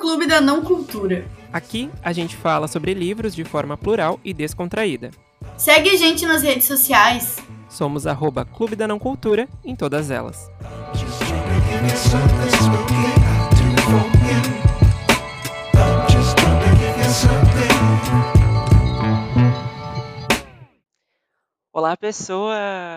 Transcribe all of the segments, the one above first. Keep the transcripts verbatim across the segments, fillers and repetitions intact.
Clube da Não Cultura. Aqui a gente fala sobre livros de forma plural e descontraída. Segue a gente nas redes sociais. Somos arroba Clube da Não Cultura em todas elas. Olá, pessoas!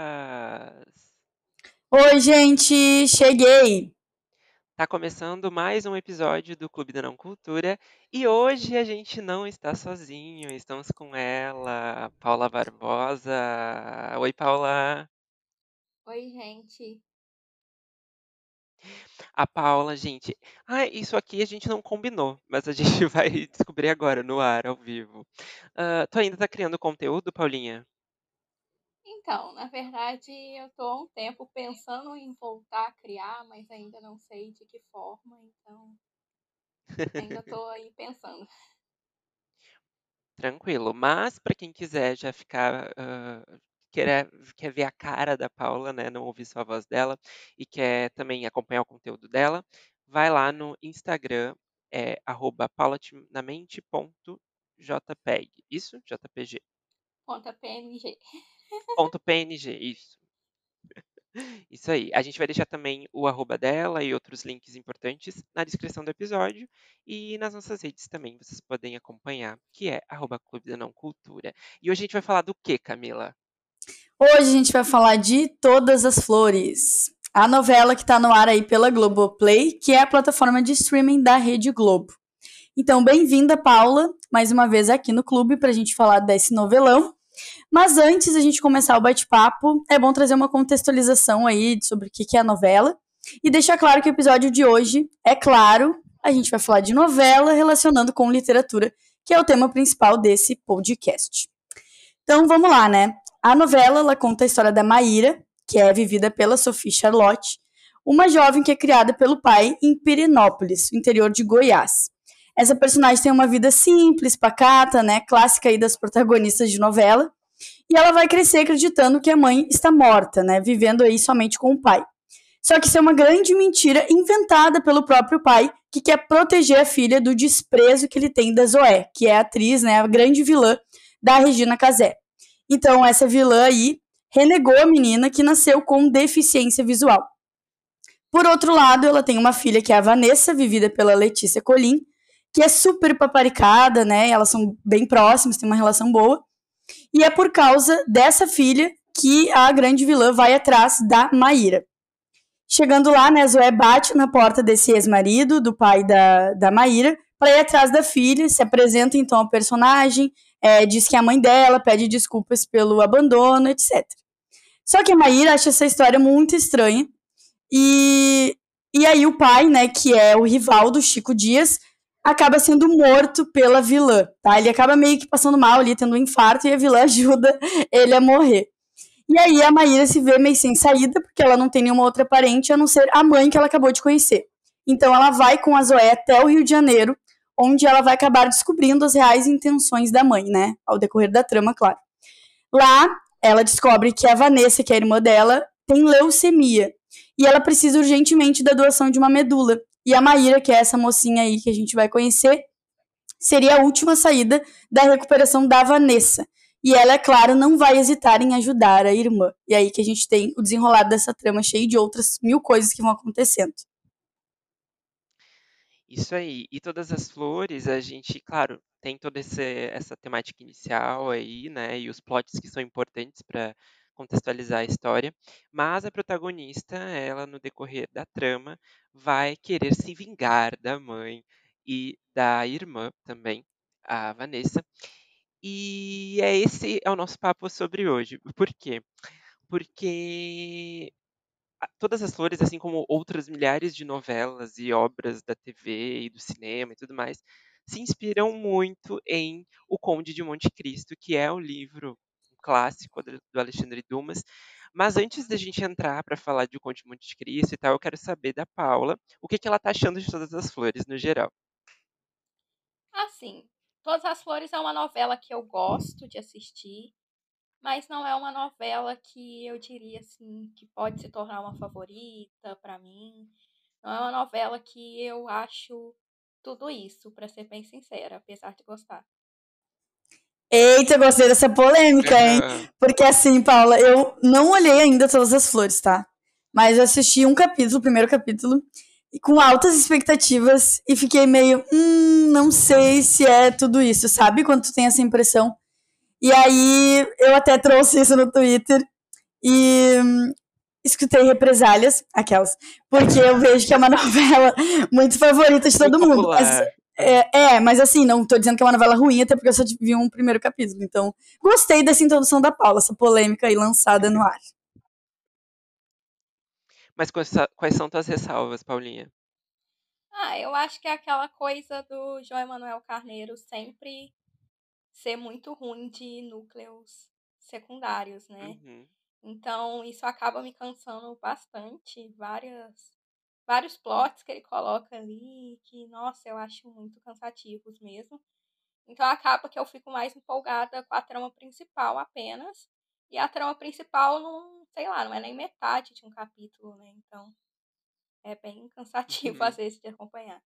Oi, gente! Cheguei! Tá começando mais um episódio do Clube da Não Cultura e hoje a gente não está sozinho, estamos com ela, Paula Barbosa. Oi, Paula! Oi, gente. A Paula, gente. Ah, isso aqui a gente não combinou, mas a gente vai descobrir agora no ar, ao vivo. Ah, tu ainda tá criando conteúdo, Paulinha? Então, na verdade, eu tô há um tempo pensando em voltar a criar, mas ainda não sei de que forma, então ainda tô aí pensando. Tranquilo. Mas para quem quiser já ficar, hã, quer quer ver a cara da Paula, né, não ouvir só a voz dela, e quer também acompanhar o conteúdo dela, vai lá no Instagram, é arroba paulatimamente.jpg. Isso? J P G. Ponta P N G. Ponto P N G, isso. Isso aí. A gente vai deixar também o arroba dela e outros links importantes na descrição do episódio e nas nossas redes também vocês podem acompanhar, que é arroba Clube da Não Cultura. E hoje a gente vai falar do quê, Camila? Hoje a gente vai falar de Todas as Flores, a novela que está no ar aí pela Globoplay, que é a plataforma de streaming da Rede Globo. Então, bem-vinda, Paula, mais uma vez aqui no clube para a gente falar desse novelão. Mas antes de a gente começar o bate-papo, é bom trazer uma contextualização aí sobre o que é a novela e deixar claro que o episódio de hoje, é claro, a gente vai falar de novela relacionando com literatura, que é o tema principal desse podcast. Então, vamos lá, né? A novela, ela conta a história da Maíra, que é vivida pela Sophie Charlotte, uma jovem que é criada pelo pai em Pirenópolis, no interior de Goiás. Essa personagem tem uma vida simples, pacata, né? Clássica aí das protagonistas de novela. E ela vai crescer acreditando que a mãe está morta, né? Vivendo aí somente com o pai. Só que isso é uma grande mentira inventada pelo próprio pai, que quer proteger a filha do desprezo que ele tem da Zoé, que é a atriz, né? A grande vilã da Regina Casé. Então, essa vilã aí renegou a menina que nasceu com deficiência visual. Por outro lado, ela tem uma filha que é a Vanessa, vivida pela Letícia Colin, que é super paparicada, né? Elas são bem próximas, têm uma relação boa. E é por causa dessa filha que a grande vilã vai atrás da Maíra. Chegando lá, né, Zoé bate na porta desse ex-marido, do pai da, da Maíra, para ir atrás da filha, se apresenta então ao personagem, é, diz que é a mãe dela, pede desculpas pelo abandono, etcétera. Só que a Maíra acha essa história muito estranha, e, e aí o pai, né, que é o rival do Chico Dias, acaba sendo morto pela vilã, tá? Ele acaba meio que passando mal ali, tendo um infarto, e a vilã ajuda ele a morrer. E aí a Maíra se vê meio sem saída, porque ela não tem nenhuma outra parente, a não ser a mãe que ela acabou de conhecer. Então ela vai com a Zoé até o Rio de Janeiro, onde ela vai acabar descobrindo as reais intenções da mãe, né? Ao decorrer da trama, claro. Lá, ela descobre que a Vanessa, que é a irmã dela, tem leucemia. E ela precisa urgentemente da doação de uma medula. E a Maíra, que é essa mocinha aí que a gente vai conhecer, seria a última saída da recuperação da Vanessa. E ela, é claro, não vai hesitar em ajudar a irmã. E aí que a gente tem o desenrolado dessa trama cheio de outras mil coisas que vão acontecendo. Isso aí. E Todas as Flores, a gente, claro, tem toda esse, essa temática inicial aí, né? E os plots que são importantes para contextualizar a história. Mas a protagonista, ela, no decorrer da trama, vai querer se vingar da mãe e da irmã também, a Vanessa. E é esse é o nosso papo sobre hoje. Por quê? Porque a Todas as Flores, assim como outras milhares de novelas e obras da T V e do cinema e tudo mais, se inspiram muito em O Conde de Monte Cristo, que é o livro clássico do do Alexandre Dumas. Mas antes da gente entrar para falar de O Conde de Monte Cristo e tal, eu quero saber da Paula, o que que ela tá achando de Todas as Flores no geral. Assim, Todas as Flores é uma novela que eu gosto de assistir, mas não é uma novela que eu diria assim que pode se tornar uma favorita para mim. Não é uma novela que eu acho Tudo Isso, pra ser bem sincera, apesar de gostar. Eita, eu gostei dessa polêmica, hein? Aham. Porque assim, Paula, eu não olhei ainda Todas as Flores, tá? Mas eu assisti um capítulo, o primeiro capítulo, e com altas expectativas e fiquei meio, hum, não sei se é tudo isso, sabe? Quando tu tem essa impressão. E aí eu até trouxe isso no Twitter e hum, escutei represálias, aquelas, porque eu vejo que é uma novela muito favorita de Muito todo mundo. Mas popular. é, é, mas assim, não tô dizendo que é uma novela ruim, até porque eu só vi um primeiro capítulo. Então, gostei dessa introdução da Paula, essa polêmica aí lançada no ar. Mas quais, quais são tuas ressalvas, Paulinha? Ah, eu acho que é aquela coisa do João Emanuel Carneiro sempre ser muito ruim de núcleos secundários, né? Uhum. Então, isso acaba me cansando bastante. Várias, vários plots que ele coloca ali, que, nossa, eu acho muito cansativos mesmo. Então, acaba que eu fico mais empolgada com a trama principal apenas. E a trama principal não, sei lá, não é nem metade de um capítulo, né? Então, é bem cansativo Uhum. às vezes de acompanhar.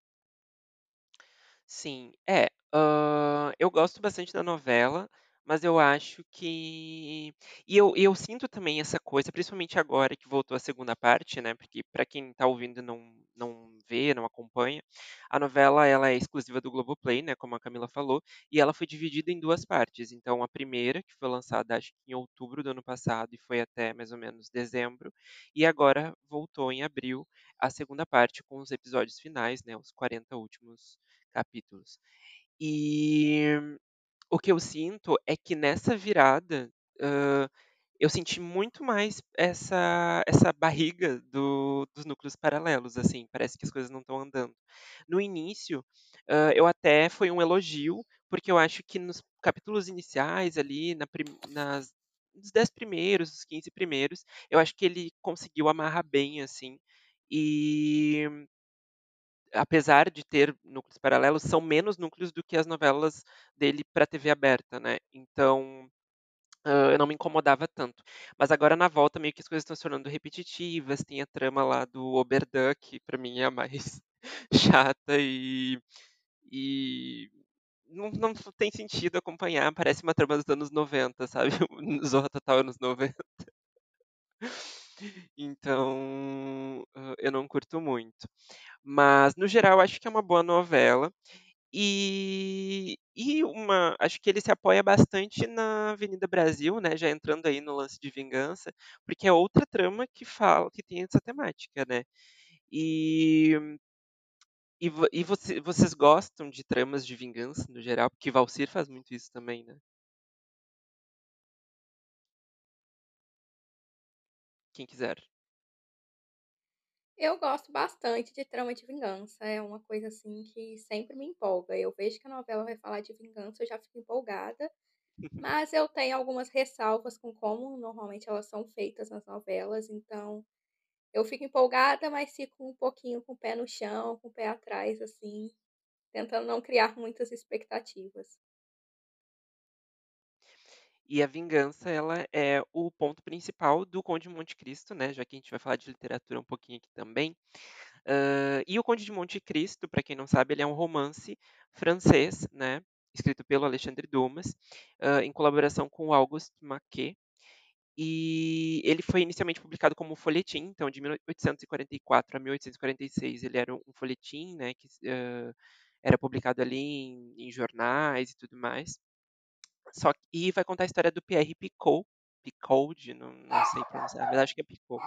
Sim, é. hã, eu gosto bastante da novela, mas eu acho que e eu e eu sinto também essa coisa, principalmente agora que voltou a segunda parte, né, porque pra quem tá ouvindo e não não vê, não acompanha, a novela ela é exclusiva do Globoplay, né, como a Camila falou, e ela foi dividida em duas partes. Então a primeira, que foi lançada acho que em outubro do ano passado e foi até mais ou menos dezembro, e agora voltou em abril a segunda parte com os episódios finais, né, os quarenta últimos capítulos. E o que eu sinto é que nessa virada, hã, eu senti muito mais essa essa barriga do dos núcleos paralelos, assim, parece que as coisas não estão andando. No início, hã, eu até foi um elogio, porque eu acho que nos capítulos iniciais ali, na prim nas nos dez primeiros, os quinze primeiros, eu acho que ele conseguiu amarrar bem, assim, e apesar de ter núcleos paralelos, são menos núcleos do que as novelas dele para T V aberta, né. Então, hã, eu não me incomodava tanto. Mas agora na volta meio que as coisas estão se tornando repetitivas, tem a trama lá do Oberdan, que pra mim é a mais chata e e não não tem sentido acompanhar, parece uma trama dos anos noventa, sabe, Zorra Total anos noventa. Então, hã, eu não curto muito. Mas no geral acho que é uma boa novela. E e uma acho que ele se apoia bastante na Avenida Brasil, né, já entrando aí no lance de vingança, porque é outra trama que fala que tem essa temática, né. E e vo e voce vocês gostam de tramas de vingança no geral? Porque Valsir faz muito isso também, né. Quem quiser. Eu gosto bastante de trama de vingança, é uma coisa assim que sempre me empolga. Eu vejo que a novela vai falar de vingança, eu já fico empolgada, mas eu tenho algumas ressalvas com como normalmente elas são feitas nas novelas, então eu fico empolgada, mas fico um pouquinho com o pé no chão, com o pé atrás, assim, tentando não criar muitas expectativas. E a vingança, ela é o ponto principal do Conde de Monte Cristo, né, já que a gente vai falar de literatura um pouquinho aqui também. Hã, e o Conde de Monte Cristo, para quem não sabe, ele é um romance francês, né, escrito pelo Alexandre Dumas, hã, em colaboração com o Auguste Maquet. E ele foi inicialmente publicado como folhetim, então de mil oitocentos e quarenta e quatro a mil oitocentos e quarenta e seis ele era um folhetim, né, que hã, era publicado ali em em jornais e tudo mais. Só que e vai contar a história do Pierre Picot, Picaud, não não sei pronunciar, mas acho que é Picot.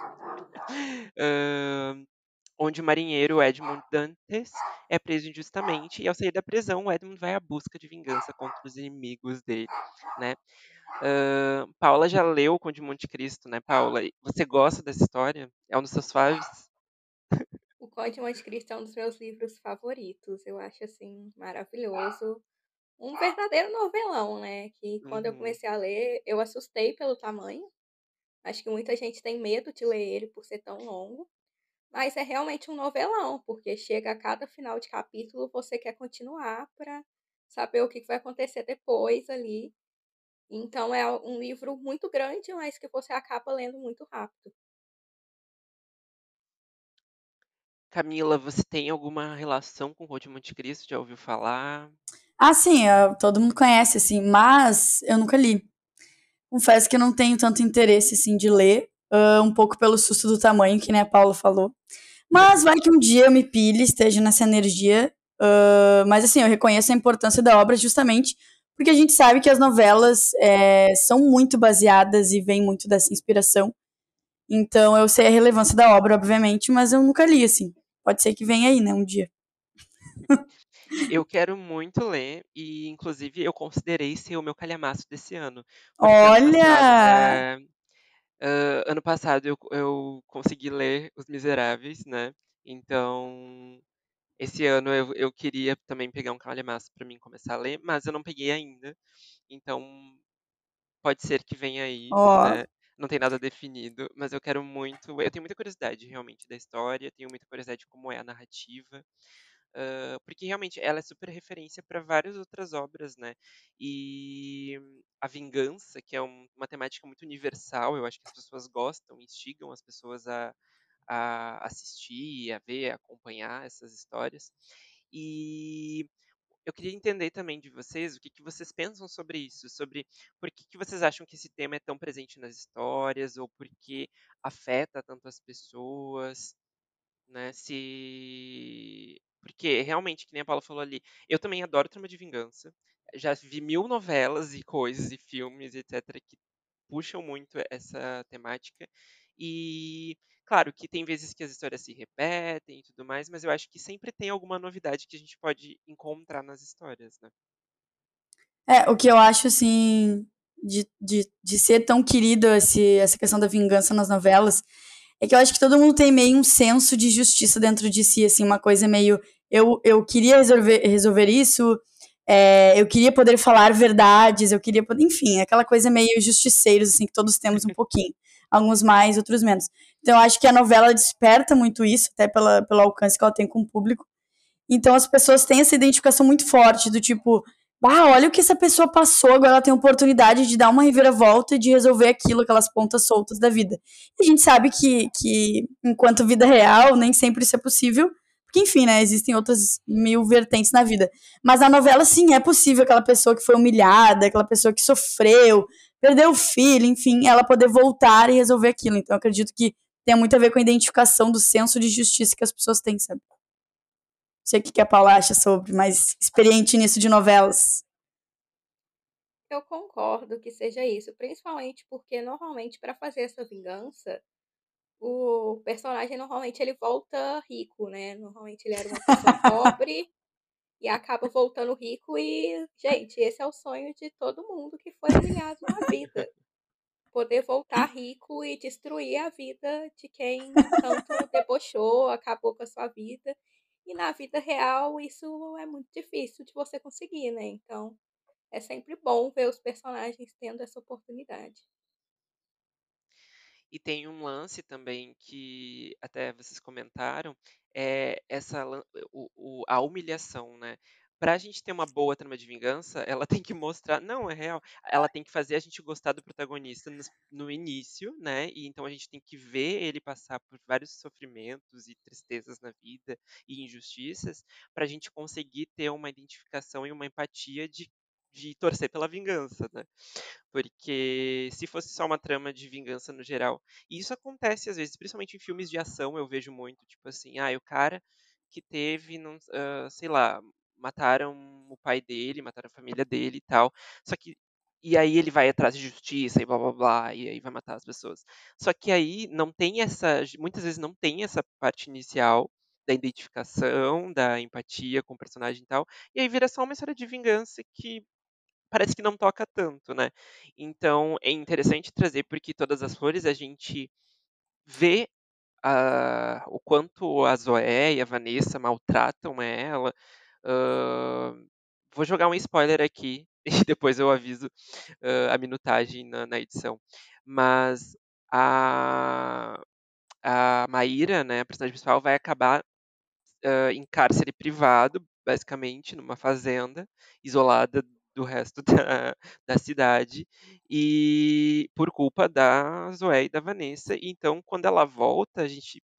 Hã, onde o marinheiro Edmond Dantes é preso injustamente e ao sair da prisão, o Edmond vai à busca de vingança contra os inimigos dele, né. Hã, Paula já leu o Conde de Monte Cristo, né, Paula? E você gosta dessa história? É um dos seus faves? O Conde de Monte Cristo é um dos meus livros favoritos. Eu acho assim maravilhoso. Um verdadeiro novelão, né? Que quando eu Uhum. comecei a ler, eu assustei pelo tamanho. Acho que muita gente tem medo de ler ele por ser tão longo. Mas é realmente um novelão, porque chega a cada final de capítulo, você quer continuar para saber o que vai acontecer depois ali. Então é um livro muito grande, mas que você acaba lendo muito rápido. Camila, você tem alguma relação com o Conde de Monte Cristo? Já ouviu falar? Ah, sim, eu- todo mundo conhece, assim, mas eu nunca li. Confesso que eu não tenho tanto interesse, assim, de ler, ah, um pouco pelo susto do tamanho, que nem a Paula falou. Mas vai que um dia eu me pilhe, esteja nessa energia. ah, mas, assim, eu reconheço a importância da obra justamente porque a gente sabe que as novelas é, são muito baseadas e vêm muito dessa inspiração. Então, eu sei a relevância da obra, obviamente, mas eu nunca li, assim. Pode ser que venha aí, né, um dia. Eu quero muito ler e, inclusive, eu considerei ser o meu calhamaço desse ano, porque ano passado, Olha! eh, hã, ano passado eu eu consegui ler Os Miseráveis, né, então esse ano eu eu queria também pegar um calhamaço pra mim começar a ler, mas eu não peguei ainda, então pode ser que venha aí, Ó, né, não tem nada definido, mas eu quero muito eu tenho muita curiosidade realmente da história, tenho muita curiosidade de como é a narrativa. Hã, porque realmente ela é super referência para várias outras obras, né. E a vingança, que é um uma temática muito universal, eu acho que as pessoas gostam, instigam as pessoas a a assistir, a ver, a acompanhar essas histórias. E eu queria entender também de vocês, o que que vocês pensam sobre isso, sobre por que que vocês acham que esse tema é tão presente nas histórias, ou por que afeta tanto as pessoas? Né, se porque realmente, que nem a Paula falou ali, eu também adoro trama de vingança, já vi mil novelas e coisas e filmes, etcétera, que puxam muito essa temática, e claro que tem vezes que as histórias se repetem e tudo mais, mas eu acho que sempre tem alguma novidade que a gente pode encontrar nas histórias, né. é, o que eu acho, assim, de, de, de ser tão querido esse, essa questão da vingança nas novelas, é que eu acho que todo mundo tem meio um senso de justiça dentro de si, assim, uma coisa meio. Eu, eu queria resolver, resolver isso, é, eu queria poder falar verdades, eu queria poder. Enfim, aquela coisa meio justiceiros, assim, que todos temos um pouquinho. Alguns mais, outros menos. Então, eu acho que a novela desperta muito isso, até pela, pelo alcance que ela tem com o público. Então as pessoas têm essa identificação muito forte do tipo, ah, olha o que essa pessoa passou, agora ela tem a oportunidade de dar uma reviravolta e de resolver aquilo, aquelas pontas soltas da vida. E a gente sabe que, que enquanto vida real, nem sempre isso é possível, porque, enfim, né, existem outras mil vertentes na vida. Mas na novela, sim, é possível aquela pessoa que foi humilhada, aquela pessoa que sofreu, perdeu o filho, enfim, ela poder voltar e resolver aquilo. Então eu acredito que tem muito a ver com a identificação do senso de justiça que as pessoas têm, sabe? Não sei o que a Paula acha sobre, mas experiente nisso de novelas. Eu concordo que seja isso, principalmente porque normalmente para fazer essa vingança, o personagem normalmente ele volta rico, né? Normalmente ele era uma pessoa pobre e acaba voltando rico e, gente, esse é o sonho de todo mundo que foi humilhado na vida. Poder voltar rico e destruir a vida de quem tanto debochou, acabou com a sua vida. E na vida real isso é muito difícil de você conseguir, né? Então, é sempre bom ver os personagens tendo essa oportunidade. E tem um lance também que até vocês comentaram, é essa lan o o a humilhação, né. Pra gente ter uma boa trama de vingança, ela tem que mostrar não, é real, ela tem que fazer a gente gostar do protagonista nos no início, né, e então a gente tem que ver ele passar por vários sofrimentos e tristezas na vida e injustiças, pra gente conseguir ter uma identificação e uma empatia de de torcer pela vingança, né. Porque se fosse só uma trama de vingança no geral, e isso acontece às vezes, principalmente em filmes de ação, eu vejo muito, tipo assim, ah, o cara que teve, não, hã, sei lá, mataram o pai dele, mataram a família dele e tal, só que e aí ele vai atrás de justiça e blá-blá-blá, e aí vai matar as pessoas. Só que aí não tem essa muitas vezes não tem essa parte inicial da identificação, da empatia com o personagem e tal, e aí vira só uma história de vingança que parece que não toca tanto, né. Então é interessante trazer, porque Todas as Flores a gente vê, ah, o quanto a Zoé e a Vanessa maltratam ela. Hã, vou jogar um spoiler aqui e depois eu aviso, hã, a minutagem na na edição. Mas a a Maíra, né, a personagem principal, vai acabar hã, em cárcere privado, basicamente, numa fazenda, isolada do resto da da cidade, e por culpa da Zoé e da Vanessa. E então, quando ela volta, a gente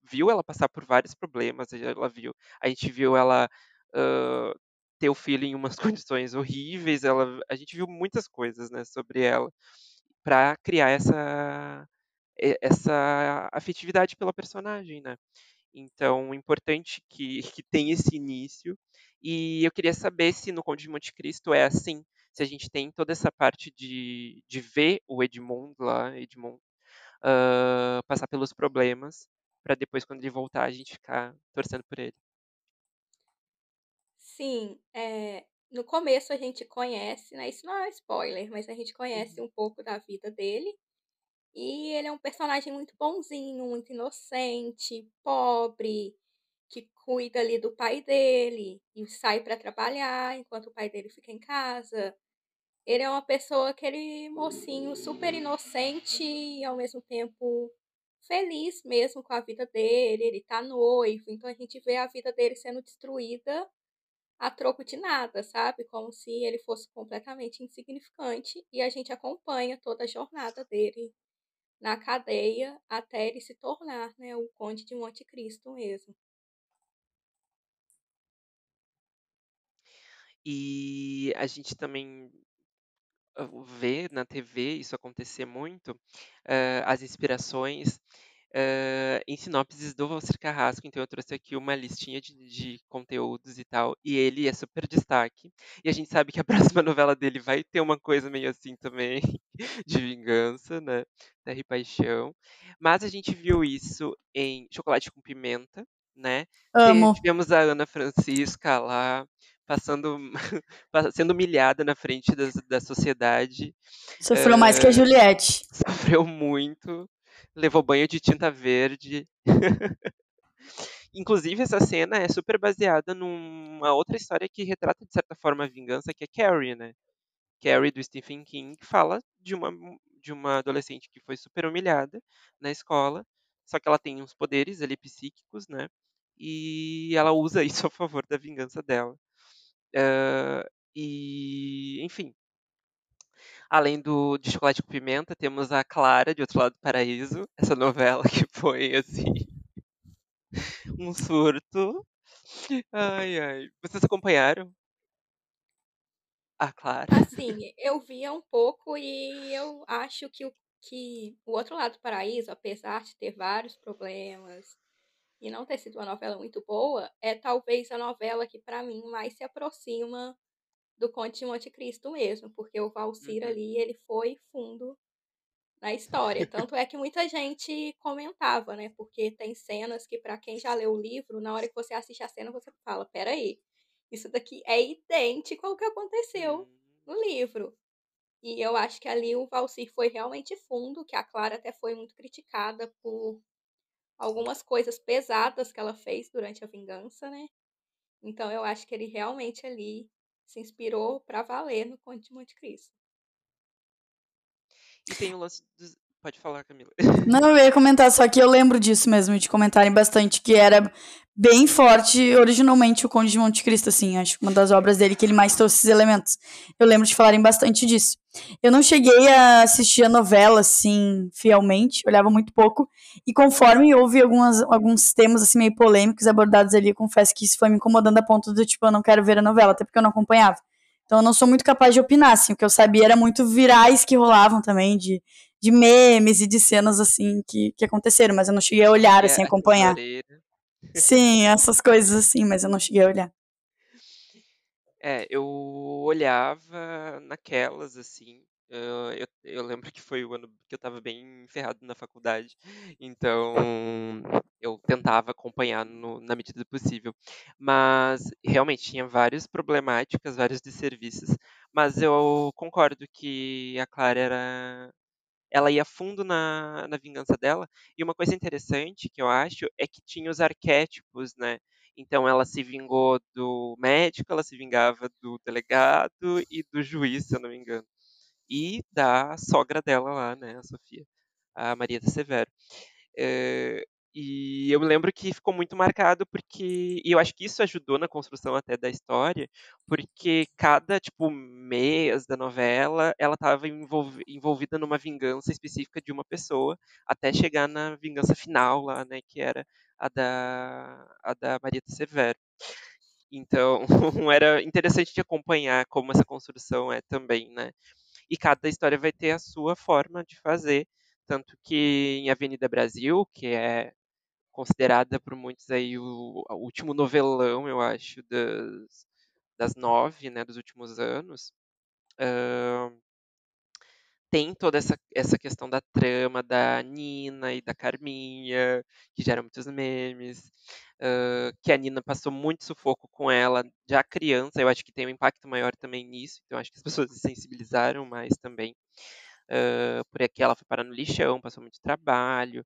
viu ela passar por vários problemas, ela viu a gente viu ela, hã, ter o filho em umas condições horríveis, ela a gente viu muitas coisas, né, sobre ela, pra criar essa e essa afetividade pela personagem, né. Então importante que que tenha esse início, e eu queria saber se no Conde de Monte Cristo é assim, se a gente tem toda essa parte de de ver o Edmond lá, Edmond, hã, passar pelos problemas, pra depois quando ele voltar a gente ficar torcendo por ele. Sim, eh, no começo a gente conhece, né, isso não é spoiler, mas a gente conhece Uhum. um pouco da vida dele, e ele é um personagem muito bonzinho, muito inocente, pobre, que cuida ali do pai dele e sai pra trabalhar enquanto o pai dele fica em casa. Ele é uma pessoa aquele mocinho super inocente e ao mesmo tempo feliz mesmo com a vida dele, ele tá noivo, então a gente vê a vida dele sendo destruída a troco de nada, sabe, como se ele fosse completamente insignificante, e a gente acompanha toda a jornada dele na cadeia até ele se tornar, né, o Conde de Monte Cristo mesmo. E a gente também hã, vê na T V isso acontecer muito, hã, as inspirações, hã, em sinopses do Walcer Carrasco, então eu trouxe aqui uma listinha de de conteúdos e tal, e ele é super destaque, e a gente sabe que a próxima novela dele vai ter uma coisa meio assim também, de vingança, né, Terra e Paixão, mas a gente viu isso em Chocolate com Pimenta, né, te Amo. tivemos a Ana Francisca lá, passando pa sendo humilhada na frente das da sociedade, Sofreu mais que a hã, Juliette. sofreu muito, levou banho de tinta verde. Inclusive essa cena é super baseada numa outra história que retrata de certa forma a vingança que é Carrie, né, Carrie do Stephen King, que fala de uma de uma adolescente que foi super humilhada na escola, só que ela tem uns poderes ali psíquicos, né, e ela usa isso a favor da vingança dela. Hã, e enfim. Além do de Chocolate com Pimenta, temos a Clara de Outro Lado do Paraíso, essa novela que foi assim um surto. Ai, ai. Vocês acompanharam? A Clara. Assim, eu via um pouco e eu acho que o que O Outro Lado do Paraíso, apesar de ter vários problemas e não ter sido uma novela muito boa, é talvez a novela que pra mim mais se aproxima do Conde de Monte Cristo mesmo, porque o Walcir Uhum. ali, ele foi fundo na história, tanto é que muita gente comentava, né, porque tem cenas que pra quem já leu o livro, na hora que você assiste a cena você fala: "Espera aí, isso daqui é idêntico ao que aconteceu Hum. no livro". E eu acho que ali o Walcir foi realmente fundo, que a Clara até foi muito criticada por algumas coisas pesadas que ela fez durante a vingança, né. Então eu acho que ele realmente ali se inspirou pra valer no Conde de Monte Cristo. E tem o lance dos pode falar, Camila. Não, eu ia comentar, só que eu lembro disso mesmo, de comentarem bastante, que era bem forte originalmente o Conde de Monte Cristo, assim, acho que uma das obras dele que ele mais trouxe esses elementos. Eu lembro de falarem bastante disso. Eu não cheguei a assistir a novela, assim, fielmente, olhava muito pouco, e conforme houve algumas, alguns temas, assim, meio polêmicos abordados ali, eu confesso que isso foi me incomodando a ponto do, tipo, eu não quero ver a novela, até porque eu não acompanhava. Então eu não sou muito capaz de opinar, assim, o que eu sabia era muito virais que rolavam também, de de memes e de cenas, assim, que, que aconteceram, mas eu não cheguei a olhar, Aquele assim, a acompanhar. tesoureira. Sim, essas coisas assim, mas eu não cheguei a olhar. É, eu olhava naquelas, assim, hã, eu eu lembro que foi o ano que eu estava bem ferrado na faculdade, então eu tentava acompanhar no na medida do possível. Mas, realmente, tinha várias problemáticas, vários desserviços, mas eu concordo que a Clara era ela ia fundo na na vingança dela, e uma coisa interessante que eu acho, é que tinha os arquétipos, né, então ela se vingou do médico, ela se vingava do delegado e do juiz, se eu não me engano. E da sogra dela lá, né, a Sofia, a Maria da Severo. Eh E eu lembro que ficou muito marcado porque e eu acho que isso ajudou na construção até da história, porque cada, tipo, mês da novela, ela estava envolvi envolvida numa vingança específica de uma pessoa, até chegar na vingança final lá, né, que era a da a da Marieta Severo. Então, era interessante de acompanhar como essa construção é também, né. E cada história vai ter a sua forma de fazer, tanto que em Avenida Brasil, que é considerada por muitos aí o o último novelão, eu acho, das das nove, né, dos últimos anos, hã, tem toda essa essa questão da trama da Nina e da Carminha, que gera muitos memes, hã, que a Nina passou muito sufoco com ela já criança, eu acho que tem um impacto maior também nisso, então acho que as pessoas se sensibilizaram mais também, hã, porque ela foi parar no lixão, passou muito trabalho.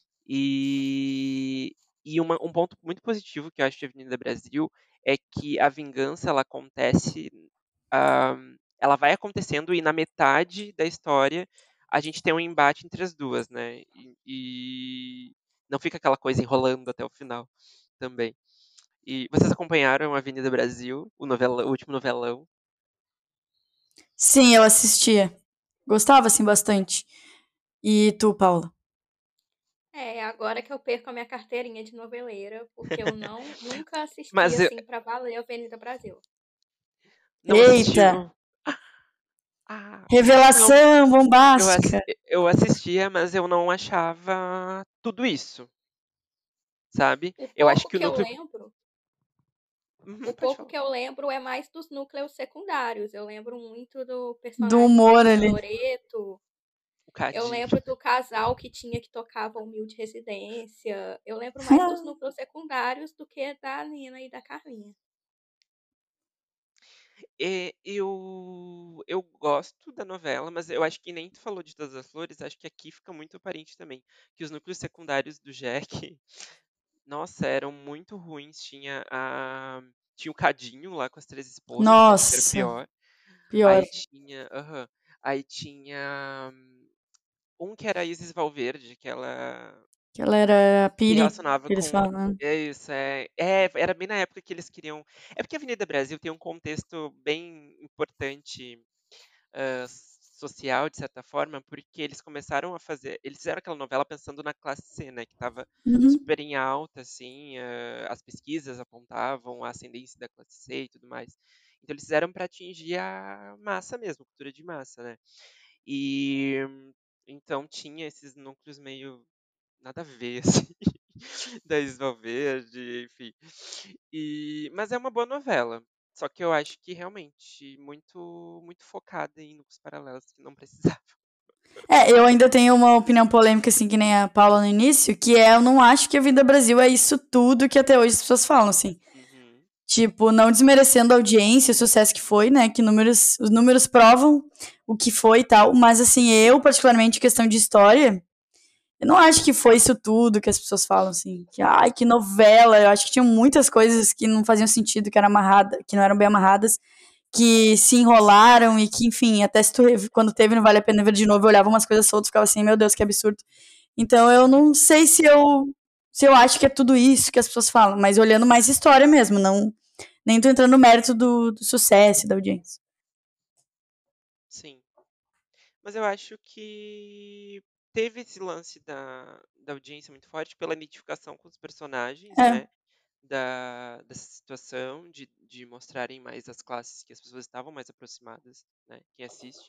E e uma um ponto muito positivo que eu acho de Avenida Brasil é que a vingança ela acontece, hã, ela vai acontecendo e na metade da história a gente tem um embate entre as duas, né, e e não fica aquela coisa enrolando até o final também. E vocês acompanharam Avenida Brasil, o novela o último novelão? Sim, eu assistia. Gostava, assim, bastante. E tu, Paula? É, agora que eu perco a minha carteirinha de noveleira, porque eu não nunca assisti Mas eu assim pra valer Avenida Brasil. não Eita! assistiu? Ah, não. Revelação Eu assi bombástica! eu assistia, mas eu não achava tudo isso, sabe. O Eu acho pouco que o que eu núcleo lembro, o uhum, pode pouco falar. que eu lembro é mais dos núcleos secundários. Eu lembro muito do Do personagem da humor Nina ali. Loreto. O Eu Cadinho. lembro do casal que tinha que tocava Humilde Residência. Eu lembro mais dos núcleos secundários do que da Nina e da Carminha. Eh, eu eu gosto da novela, mas eu acho que nem tu falou de Todas as Flores, acho que aqui fica muito aparente também, que os núcleos secundários do Jack, nossa, eram muito ruins. Tinha a tinha o Cadinho lá com as três esposas, que acho que era o Nossa, pior. pior. Aí tinha aham. Aí tinha um que era a Isis Valverde, que ela Que ela era a se Piri, relacionava que eles com falam, né? é isso, é é, era bem na época que eles queriam é porque a Avenida Brasil tem um contexto bem importante, hã, social, de certa forma, porque eles começaram a fazer eles fizeram aquela novela pensando na classe C, né, que estava Uhum. super em alta, assim, hã, as pesquisas apontavam a ascendência da classe C e tudo mais. Então eles fizeram para atingir a massa mesmo, cultura de massa, né. E, então tinha esses núcleos meio nada a ver, assim, da Isis Valverde, enfim. E mas é uma boa novela, só que eu acho que realmente muito muito focada em núcleos paralelos que não precisava. É, eu ainda tenho uma opinião polêmica, assim, que nem a Paula no início, que é, eu não acho que a Vida Brasil é isso tudo que até hoje as pessoas falam, assim. Uhum. Tipo, não desmerecendo a audiência, o sucesso que foi, né? Que números, os números provam o que foi e tal. Mas, assim, eu, particularmente, questão de história, eu não acho que foi isso tudo que as pessoas falam, assim. Que, ai, que novela. Eu acho que tinha muitas coisas que não faziam sentido, que eram amarradas, que não eram bem amarradas, que se enrolaram e que, enfim, até se tu, quando teve Não Vale a Pena Ver de Novo, eu olhava umas coisas soltas e ficava assim, meu Deus, que absurdo. Então eu não sei se eu se eu acho que é tudo isso que as pessoas falam, mas olhando mais história mesmo, não nem tô entrando no mérito do, do sucesso da audiência. Sim. Mas eu acho que teve esse lance da da audiência muito forte pela identificação com os personagens, É, né, da dessa situação de de mostrarem mais as classes que as pessoas estavam mais aproximadas, né, quem assiste.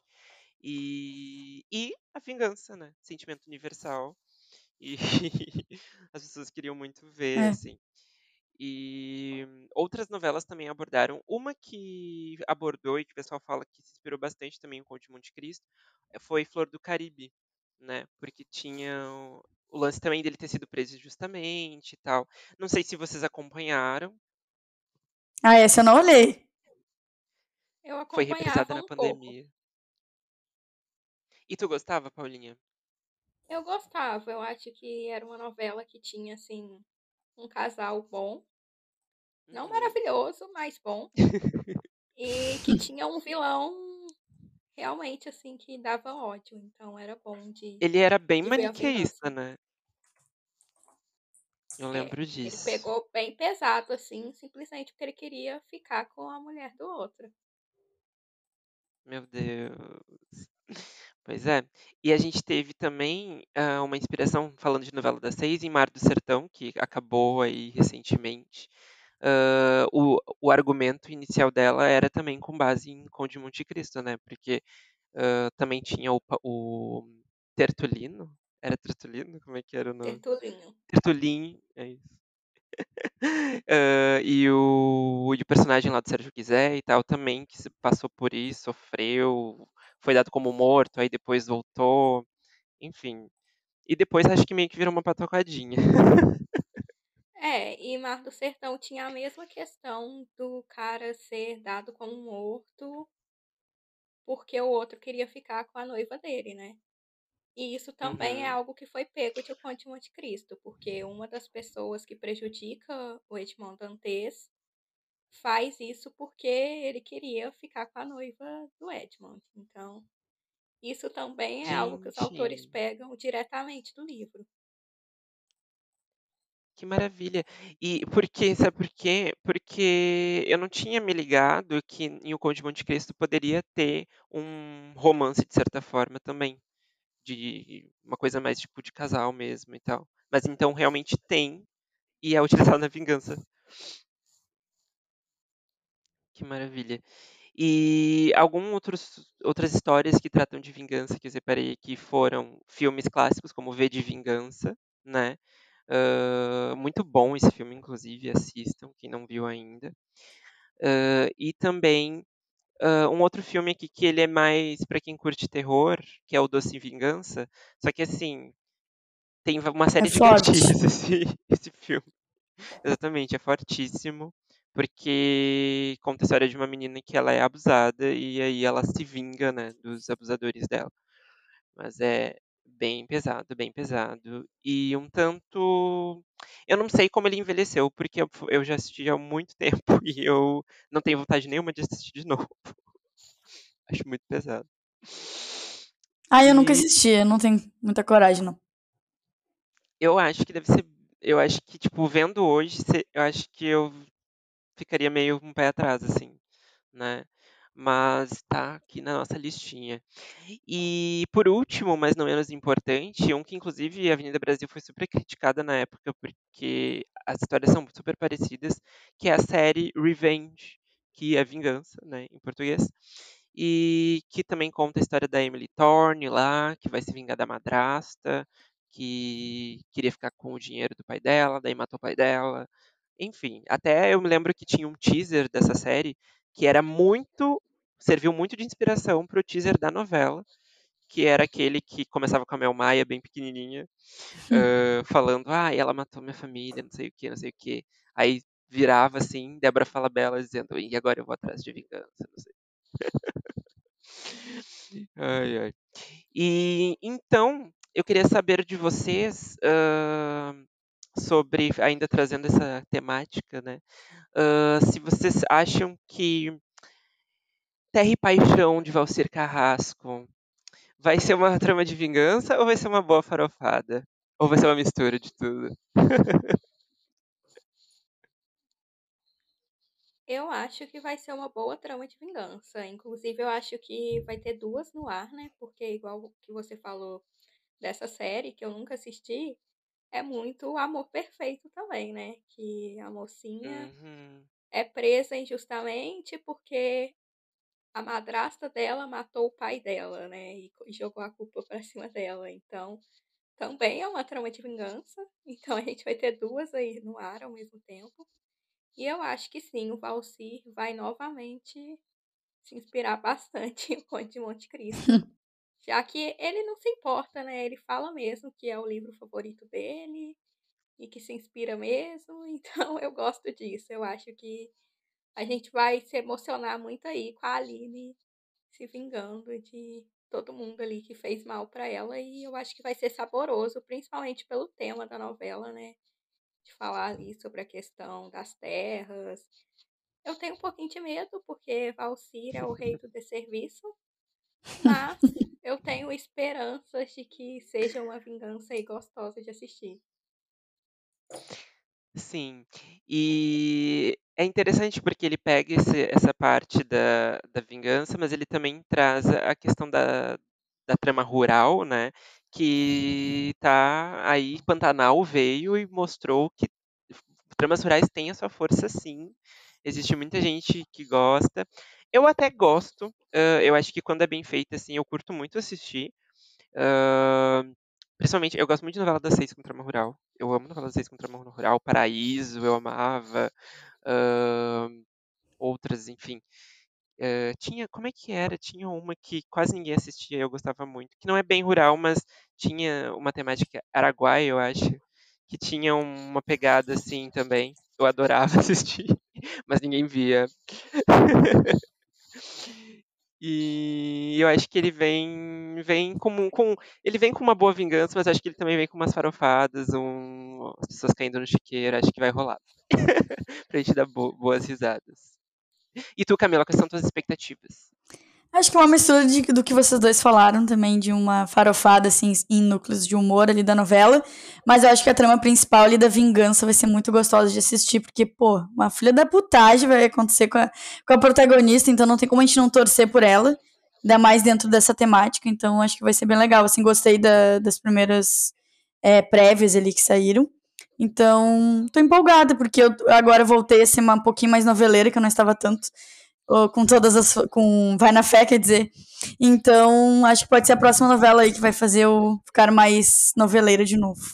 E e a vingança, né, sentimento universal, e as pessoas queriam muito ver, é. assim. E outras novelas também abordaram. Uma que abordou e que o pessoal fala que se inspirou bastante também em Conde de Monte Cristo, eh, foi Flor do Caribe, né, porque tinha o o lance também dele ter sido preso injustamente e tal. Não sei se vocês acompanharam, Ah, essa eu não olhei. Eu foi reprisada acompanhava na um pouco. pandemia. E tu gostava, Paulinha? Eu gostava, eu acho que era uma novela que tinha, assim, um casal bom. Não Uhum. maravilhoso, mas bom. E que tinha um vilão realmente, assim, que dava ódio. Então era bom de, Ele era bem de ver a maniqueísta, vingança. né. Eu É, lembro ele disso. pegou bem pesado, assim, simplesmente porque ele queria ficar com a mulher do outro. Meu Deus. Pois é. E a gente teve também ah, uma inspiração, falando de novela das seis, em Mar do Sertão, que acabou aí recentemente. Ah, o, o argumento inicial dela era também com base em Conde de Monte Cristo, né? Porque ah, também tinha o, pa- o Tertulino. Era Tertulino? Como é que era o nome? Tertulinho. Tertulinho, é isso. Ah, e, o, e o personagem lá do Sérgio Guizé e tal também, que se passou por isso, sofreu, foi dado como morto, aí depois voltou, enfim. E depois acho que meio que virou uma patocadinha. É, e Mar do Sertão tinha a mesma questão do cara ser dado como morto porque o outro queria ficar com a noiva dele, né? E isso também é Uhum. algo que foi pego de O Conde de Monte Cristo, porque uma das pessoas que prejudica o Edmond Dantes faz isso porque ele queria ficar com a noiva do Edmond. Então, isso também é algo que os autores Gente, pegam diretamente do livro. que maravilha. E por quê? Sabe por quê? Porque eu não tinha me ligado que em O Conde de Monte Cristo poderia ter um romance, de certa forma, também. De uma coisa mais tipo de casal mesmo e tal. Mas então realmente tem e é utilizado na vingança. Que maravilha. E algum outros outras histórias que tratam de vingança que eu separei aqui foram filmes clássicos como V de Vingança, né? Hã, muito bom esse filme, inclusive, assistam, quem não viu ainda. Hã, e também, hã, um outro filme aqui que ele é mais pra quem curte terror, que é o Doce Vingança, só que assim, tem va uma É série de forte. gatilhos esse esse filme. Exatamente, é fortíssimo, porque conta a história de uma menina que ela é abusada e aí ela se vinga, né, dos abusadores dela. Mas é bem pesado, bem pesado. E um tanto. Eu não sei como ele envelheceu, porque eu, eu já assisti há muito tempo e eu não tenho vontade nenhuma de assistir de novo. Acho muito pesado. Ah, eu nunca E assisti, eu não tenho muita coragem, não. eu acho que deve ser. Eu acho que, tipo, vendo hoje, se- eu acho que eu ficaria meio um pé atrás, assim, né? Mas tá aqui na nossa listinha. E por último, mas não menos importante, um que inclusive a Avenida Brasil foi super criticada na época porque as histórias são super parecidas, que é a série Revenge, que é Vingança, né, em português, e que também conta a história da Emily Thorne lá, que vai se vingar da madrasta, que queria ficar com o dinheiro do pai dela, daí matou o pai dela. Enfim, até eu me lembro que tinha um teaser dessa série que era muito serviu muito de inspiração para o teaser da novela, que era aquele que começava com a Mel Maia, bem pequenininha, hã, falando: "Ai, ela matou minha família, não sei o quê, não sei o quê". Aí virava, assim, Débora Falabella dizendo: "E agora eu vou atrás de vingança", não sei. Ai, ai. E, então, eu queria saber de vocês, hã, sobre ainda trazendo essa temática, né, hã, se vocês acham que Terra e Paixão, de Valcir Carrasco, vai ser uma trama de vingança ou vai ser uma boa farofada? Ou vai ser uma mistura de tudo? Eu acho que vai ser uma boa trama de vingança. Inclusive, eu acho que vai ter duas no ar, né? Porque, igual que você falou dessa série, que eu nunca assisti, é muito o amor perfeito também, né? Que a mocinha Uhum. é presa injustamente porque a madrasta dela matou o pai dela, né? E co- jogou a culpa pra cima dela. Então, também é uma trama de vingança. Então, a gente vai ter duas aí no ar ao mesmo tempo. E eu acho que sim, o Valsir vai novamente se inspirar bastante em O Conde de Monte Cristo, já que ele não se importa, né? Ele fala mesmo que é o livro favorito dele e que se inspira mesmo, então eu gosto disso. Eu acho que a gente vai se emocionar muito aí com a Aline se vingando de todo mundo ali que fez mal pra ela e eu acho que vai ser saboroso, principalmente pelo tema da novela, né? De falar ali sobre a questão das terras. Eu tenho um pouquinho de medo, porque Valcir é o rei do desserviço, mas eu tenho esperanças de que seja uma vingança aí gostosa de assistir. Sim. E é interessante porque ele pega esse essa parte da da vingança, mas ele também traz a questão da da trama rural, né, que tá aí Pantanal veio e mostrou que tramas rurais têm a sua força sim, existe muita gente que gosta. Eu até gosto, hã, eu acho que quando é bem feito, assim, eu curto muito assistir. Hã, principalmente eu gosto muito de novela das seis com trama rural. Eu amo novela das seis com trama rural, Paraíso eu amava, hã, outras, enfim. Hã, tinha como é que era? Tinha uma que quase ninguém assistia e eu gostava muito, que não é bem rural, mas tinha uma temática Araguaia, eu acho, que tinha uma pegada assim também. Eu adorava assistir, mas ninguém via. E eu acho que ele vem vem como com ele vem com uma boa vingança, mas acho que ele também vem com umas farofadas, um as pessoas caindo no chiqueiro, acho que vai rolar. Pra gente dar bo boas risadas. E tu, Camila, quais são tuas expectativas? Acho que é uma mistura de, do que vocês dois falaram também, de uma farofada, assim, em núcleos de humor ali da novela. Mas eu acho que a trama principal ali da vingança vai ser muito gostosa de assistir, porque, pô, uma filha da putagem vai acontecer com a, com a protagonista, então não tem como a gente não torcer por ela, ainda mais dentro dessa temática, então acho que vai ser bem legal. Assim, gostei da, das primeiras é, prévias ali que saíram. Então, tô empolgada, porque eu agora voltei a ser uma, um pouquinho mais noveleira, que eu não estava tanto com todas as. Com Vai na Fé, quer dizer. Então, acho que pode ser a próxima novela aí que vai fazer eu ficar mais noveleira de novo.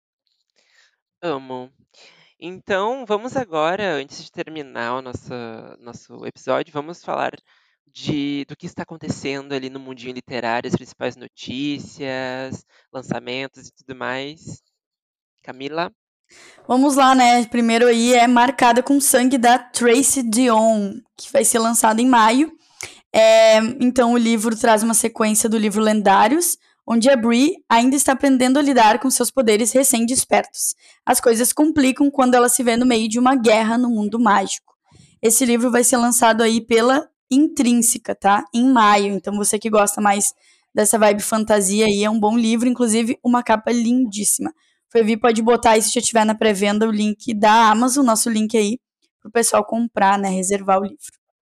Amo. Então, vamos agora, antes de terminar o nosso, nosso episódio, vamos falar de, do que está acontecendo ali no mundinho literário, as principais notícias, lançamentos e tudo mais. Camila? Vamos lá, né? Primeiro aí é Marcada com Sangue da Tracy Dion, que vai ser lançado em maio. É, então o livro traz uma sequência do livro Lendários, onde a Bree ainda está aprendendo a lidar com seus poderes recém-despertos. As coisas complicam quando ela se vê no meio de uma guerra no mundo mágico. Esse livro vai ser lançado aí pela Intrínseca, tá? Em maio. Então você que gosta mais dessa vibe fantasia aí, é um bom livro, inclusive uma capa lindíssima. Fevi pode botar aí, se já tiver na pré-venda, o link da Amazon, nosso link aí, pro pessoal comprar, né? Reservar o livro.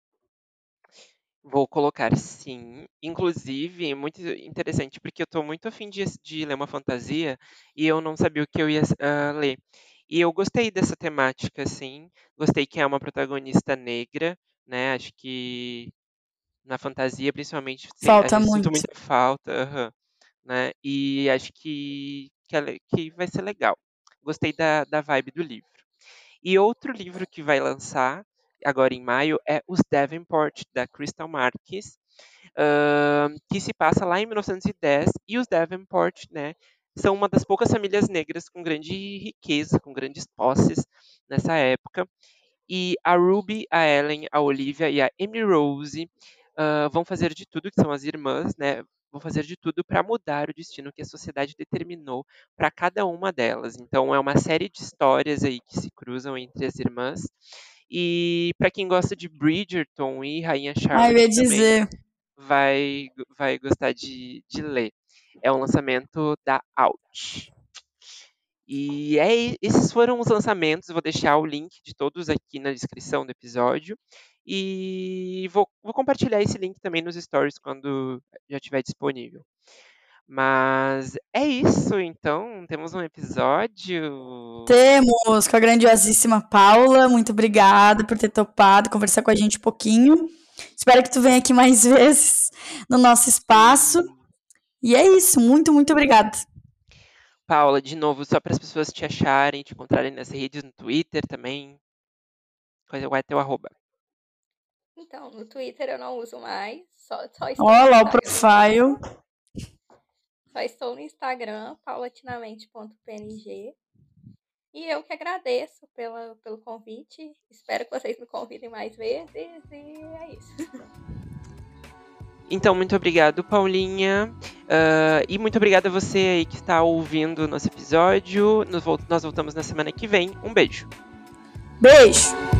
Vou colocar sim. Inclusive, é muito interessante, porque eu tô muito afim de, de ler uma fantasia e eu não sabia o que eu ia uh, ler. E eu gostei dessa temática, assim. Gostei que é uma protagonista negra, né? Acho que na fantasia, principalmente, a Falta gente sinto muito. muita falta, uh-huh, né? E acho que, que, é, que vai ser legal. Gostei da, da vibe do livro. E outro livro que vai lançar agora em maio é Os Davenport, da Crystal Marques, uh, que se passa lá em mil novecentos e dez, e os Davenport, né, são uma das poucas famílias negras com grande riqueza, com grandes posses nessa época. E a Ruby, a Ellen, a Olivia e a Amy Rose uh, vão fazer de tudo, que são as irmãs, né, vão fazer de tudo para mudar o destino que a sociedade determinou para cada uma delas. Então é uma série de histórias aí que se cruzam entre as irmãs. E para quem gosta de Bridgerton e Rainha Ah, eu ia Charlotte também dizer. vai, vai gostar de, de ler. É um lançamento da Out. E é, esses foram os lançamentos. Vou deixar o link de todos aqui na descrição do episódio. E vou, vou compartilhar esse link também nos stories quando já estiver disponível. Mas é isso, então. Temos um episódio. Temos com a grandiosíssima Paula. Muito obrigada por ter topado conversar com a gente um pouquinho. Espero que tu venha aqui mais vezes no nosso espaço. Sim. E é isso. Muito, muito obrigada. Paula, de novo, só para as pessoas te acharem, te encontrarem nas redes, no Twitter também. Qual é teu arroba? Então, no Twitter eu não uso mais. Só, só estou Olha no lá o Instagram. profile. Só estou no Instagram, paulatinamente ponto p n g. E eu que agradeço pela, pelo convite. Espero que vocês me convidem mais vezes. E é isso. Então, muito obrigado, Paulinha. Uh, e muito obrigado a você aí que está ouvindo o nosso episódio. Nós voltamos na semana que vem. Um beijo. Beijo.